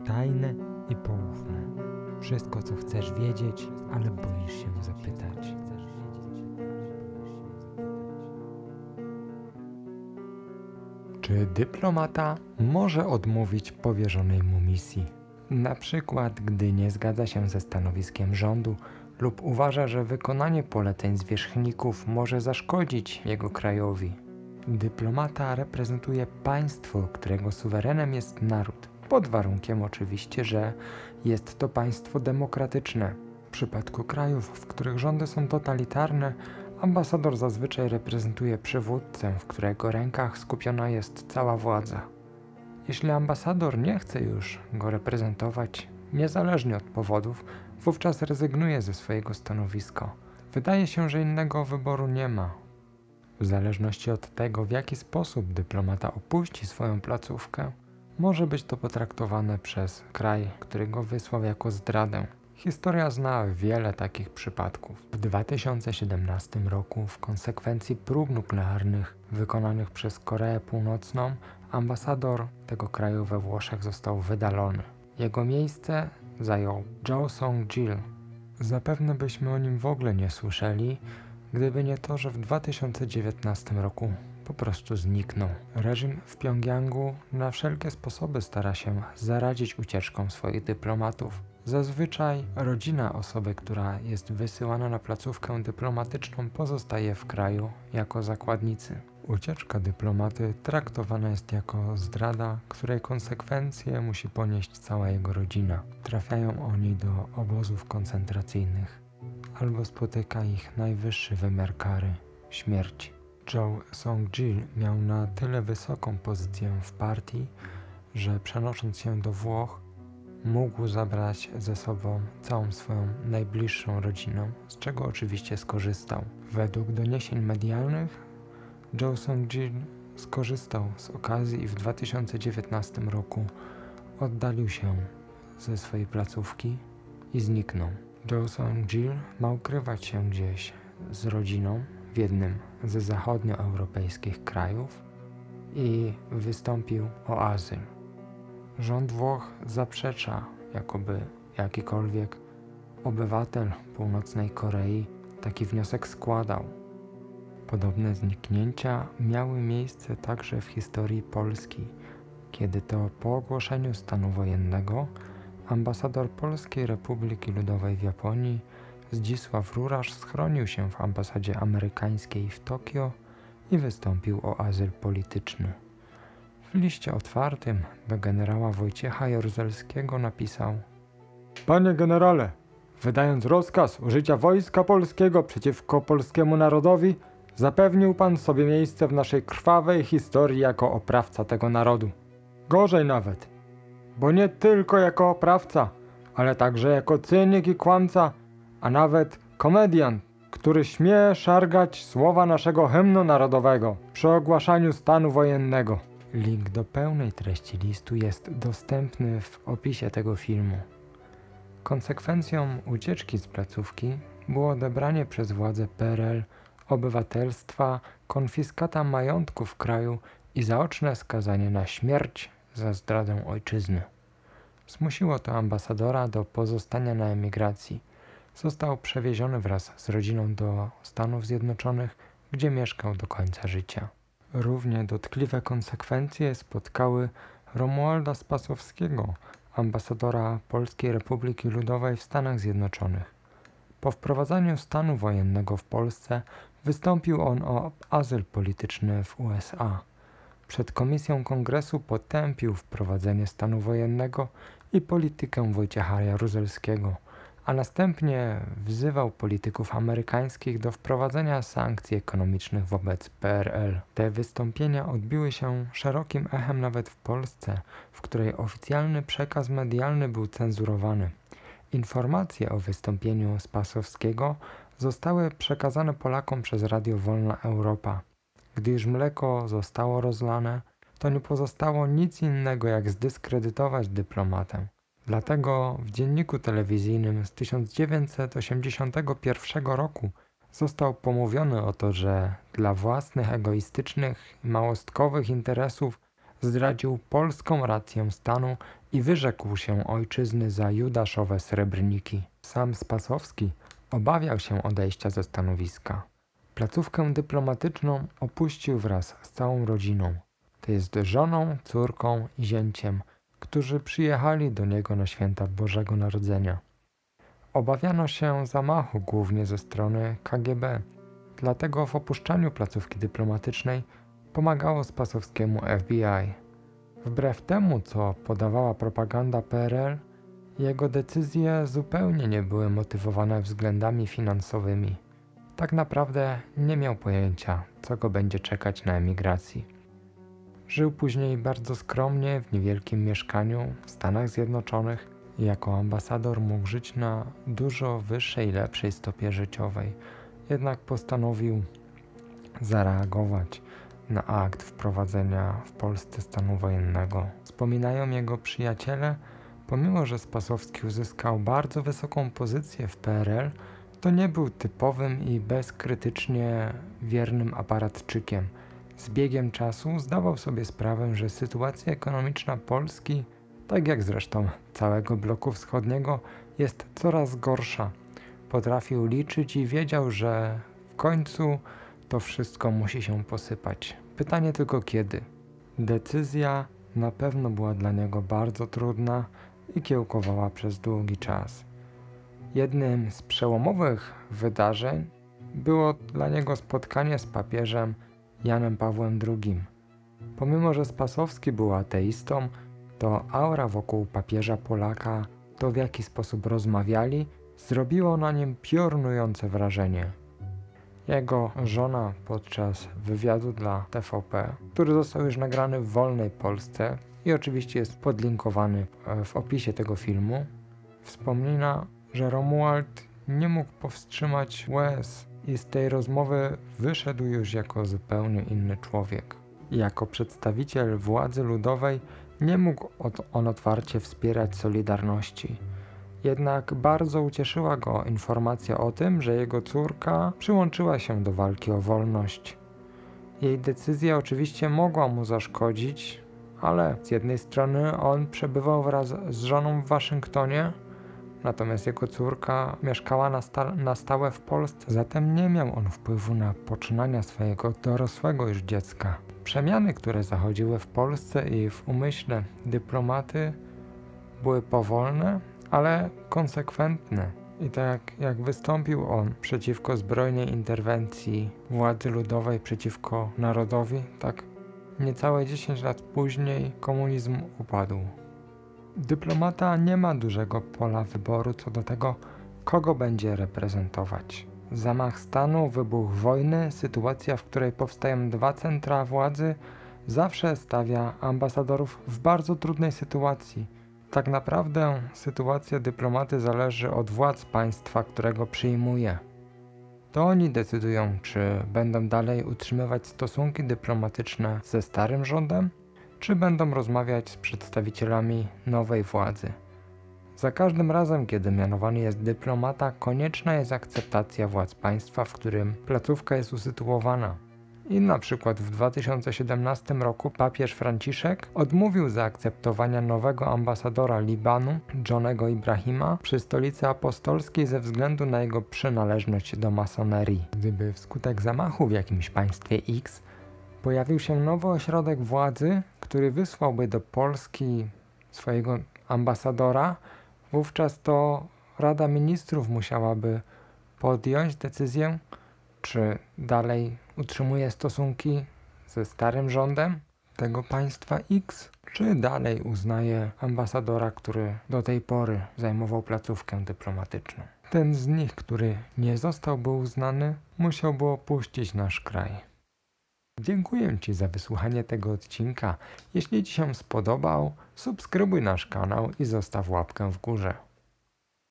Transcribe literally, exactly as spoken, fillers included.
tajne i poufne. Wszystko, co chcesz wiedzieć, ale boisz się zapytać. Czy dyplomata może odmówić powierzonej mu misji? Na przykład, gdy nie zgadza się ze stanowiskiem rządu lub uważa, że wykonanie poleceń zwierzchników może zaszkodzić jego krajowi. Dyplomata reprezentuje państwo, którego suwerenem jest naród, pod warunkiem oczywiście, że jest to państwo demokratyczne. W przypadku krajów, w których rządy są totalitarne, ambasador zazwyczaj reprezentuje przywódcę, w którego rękach skupiona jest cała władza. Jeśli ambasador nie chce już go reprezentować, niezależnie od powodów, wówczas rezygnuje ze swojego stanowiska. Wydaje się, że innego wyboru nie ma. W zależności od tego, w jaki sposób dyplomata opuści swoją placówkę, może być to potraktowane przez kraj, który go wysłał, jako zdradę. Historia zna wiele takich przypadków. W dwa tysiące siedemnastym roku, w konsekwencji prób nuklearnych wykonanych przez Koreę Północną, ambasador tego kraju we Włoszech został wydalony. Jego miejsce zajął Jo Song-gil. Zapewne byśmy o nim w ogóle nie słyszeli, gdyby nie to, że w dwa tysiące dziewiętnastym roku po prostu zniknął. Reżim w Pjongjangu na wszelkie sposoby stara się zaradzić ucieczkom swoich dyplomatów. Zazwyczaj rodzina osoby, która jest wysyłana na placówkę dyplomatyczną, pozostaje w kraju jako zakładnicy. Ucieczka dyplomaty traktowana jest jako zdrada, której konsekwencje musi ponieść cała jego rodzina. Trafiają oni do obozów koncentracyjnych, albo spotyka ich najwyższy wymiar kary – śmierć. Jo Song-gil miał na tyle wysoką pozycję w partii, że przenosząc się do Włoch, mógł zabrać ze sobą całą swoją najbliższą rodzinę, z czego oczywiście skorzystał. Według doniesień medialnych Jo Song-gil skorzystał z okazji i w dwa tysiące dziewiętnastym roku oddalił się ze swojej placówki i zniknął. Jo Song-gil ma ukrywać się gdzieś z rodziną w jednym ze zachodnioeuropejskich krajów i wystąpił o azyl. Rząd Włoch zaprzecza, jakoby jakikolwiek obywatel Północnej Korei taki wniosek składał. Podobne zniknięcia miały miejsce także w historii Polski, kiedy to po ogłoszeniu stanu wojennego ambasador Polskiej Republiki Ludowej w Japonii Zdzisław Rurasz schronił się w ambasadzie amerykańskiej w Tokio i wystąpił o azyl polityczny. W liście otwartym do generała Wojciecha Jaruzelskiego napisał: Panie generale, wydając rozkaz użycia wojska polskiego przeciwko polskiemu narodowi, zapewnił pan sobie miejsce w naszej krwawej historii jako oprawca tego narodu. Gorzej nawet, bo nie tylko jako oprawca, ale także jako cynik i kłamca, a nawet komediant, który śmie szargać słowa naszego hymnu narodowego przy ogłaszaniu stanu wojennego. Link do pełnej treści listu jest dostępny w opisie tego filmu. Konsekwencją ucieczki z placówki było odebranie przez władze P R L obywatelstwa, konfiskata majątku w kraju i zaoczne skazanie na śmierć za zdradę ojczyzny. Zmusiło to ambasadora do pozostania na emigracji. Został przewieziony wraz z rodziną do Stanów Zjednoczonych, gdzie mieszkał do końca życia. Równie dotkliwe konsekwencje spotkały Romualda Spasowskiego, ambasadora Polskiej Republiki Ludowej w Stanach Zjednoczonych. Po wprowadzeniu stanu wojennego w Polsce wystąpił on o azyl polityczny w U S A. Przed Komisją Kongresu potępił wprowadzenie stanu wojennego i politykę Wojciecha Jaruzelskiego, a następnie wzywał polityków amerykańskich do wprowadzenia sankcji ekonomicznych wobec P R L. Te wystąpienia odbiły się szerokim echem nawet w Polsce, w której oficjalny przekaz medialny był cenzurowany. Informacje o wystąpieniu Spasowskiego zostały przekazane Polakom przez Radio Wolna Europa. Gdy już mleko zostało rozlane, to nie pozostało nic innego, jak zdyskredytować dyplomatę. Dlatego w dzienniku telewizyjnym z tysiąc dziewięćset osiemdziesiątego pierwszego roku został pomówiony o to, że dla własnych egoistycznych i małostkowych interesów zdradził polską rację stanu i wyrzekł się ojczyzny za judaszowe srebrniki. Sam Spasowski obawiał się odejścia ze stanowiska. Placówkę dyplomatyczną opuścił wraz z całą rodziną, to jest żoną, córką i zięciem, którzy przyjechali do niego na święta Bożego Narodzenia. Obawiano się zamachu głównie ze strony K G B, dlatego w opuszczaniu placówki dyplomatycznej pomagało Spasowskiemu F B I. Wbrew temu, co podawała propaganda P R L, jego decyzje zupełnie nie były motywowane względami finansowymi. Tak naprawdę nie miał pojęcia, co go będzie czekać na emigracji. Żył później bardzo skromnie w niewielkim mieszkaniu w Stanach Zjednoczonych i jako ambasador mógł żyć na dużo wyższej, lepszej stopie życiowej. Jednak postanowił zareagować na akt wprowadzenia w Polsce stanu wojennego. Wspominają jego przyjaciele, pomimo że Spasowski uzyskał bardzo wysoką pozycję w P R L, to nie był typowym i bezkrytycznie wiernym aparatczykiem. Z biegiem czasu zdawał sobie sprawę, że sytuacja ekonomiczna Polski, tak jak zresztą całego bloku wschodniego, jest coraz gorsza. Potrafił liczyć i wiedział, że w końcu to wszystko musi się posypać. Pytanie tylko kiedy. Decyzja na pewno była dla niego bardzo trudna i kiełkowała przez długi czas. Jednym z przełomowych wydarzeń było dla niego spotkanie z papieżem Janem Pawłem drugim. Pomimo że Spasowski był ateistą, to aura wokół papieża Polaka, to w jaki sposób rozmawiali, zrobiło na nim piorunujące wrażenie. Jego żona podczas wywiadu dla T V P, który został już nagrany w wolnej Polsce i oczywiście jest podlinkowany w opisie tego filmu, wspomina, że Romuald nie mógł powstrzymać łez i z tej rozmowy wyszedł już jako zupełnie inny człowiek. Jako przedstawiciel władzy ludowej nie mógł on otwarcie wspierać Solidarności. Jednak bardzo ucieszyła go informacja o tym, że jego córka przyłączyła się do walki o wolność. Jej decyzja oczywiście mogła mu zaszkodzić, ale z jednej strony on przebywał wraz z żoną w Waszyngtonie, natomiast jego córka mieszkała na, sta- na stałe w Polsce, zatem nie miał on wpływu na poczynania swojego dorosłego już dziecka. Przemiany, które zachodziły w Polsce i w umyśle dyplomaty, były powolne, ale konsekwentne. I tak jak wystąpił on przeciwko zbrojnej interwencji władzy ludowej przeciwko narodowi, tak niecałe dziesięć lat później komunizm upadł. Dyplomata nie ma dużego pola wyboru co do tego, kogo będzie reprezentować. Zamach stanu, wybuch wojny, sytuacja, w której powstają dwa centra władzy, zawsze stawia ambasadorów w bardzo trudnej sytuacji. Tak naprawdę sytuacja dyplomaty zależy od władz państwa, którego przyjmuje. To oni decydują, czy będą dalej utrzymywać stosunki dyplomatyczne ze starym rządem, czy będą rozmawiać z przedstawicielami nowej władzy. Za każdym razem, kiedy mianowany jest dyplomata, konieczna jest akceptacja władz państwa, w którym placówka jest usytuowana. I na przykład w dwa tysiące siedemnastym roku papież Franciszek odmówił zaakceptowania nowego ambasadora Libanu, Johnego Ibrahima, przy stolicy apostolskiej ze względu na jego przynależność do masonerii. Gdyby wskutek zamachu w jakimś państwie X pojawił się nowy ośrodek władzy, który wysłałby do Polski swojego ambasadora, wówczas to Rada Ministrów musiałaby podjąć decyzję, czy dalej utrzymuje stosunki ze starym rządem tego państwa X, czy dalej uznaje ambasadora, który do tej pory zajmował placówkę dyplomatyczną. Ten z nich, który nie zostałby uznany, musiałby opuścić nasz kraj. Dziękuję Ci za wysłuchanie tego odcinka. Jeśli Ci się spodobał, subskrybuj nasz kanał i zostaw łapkę w górze.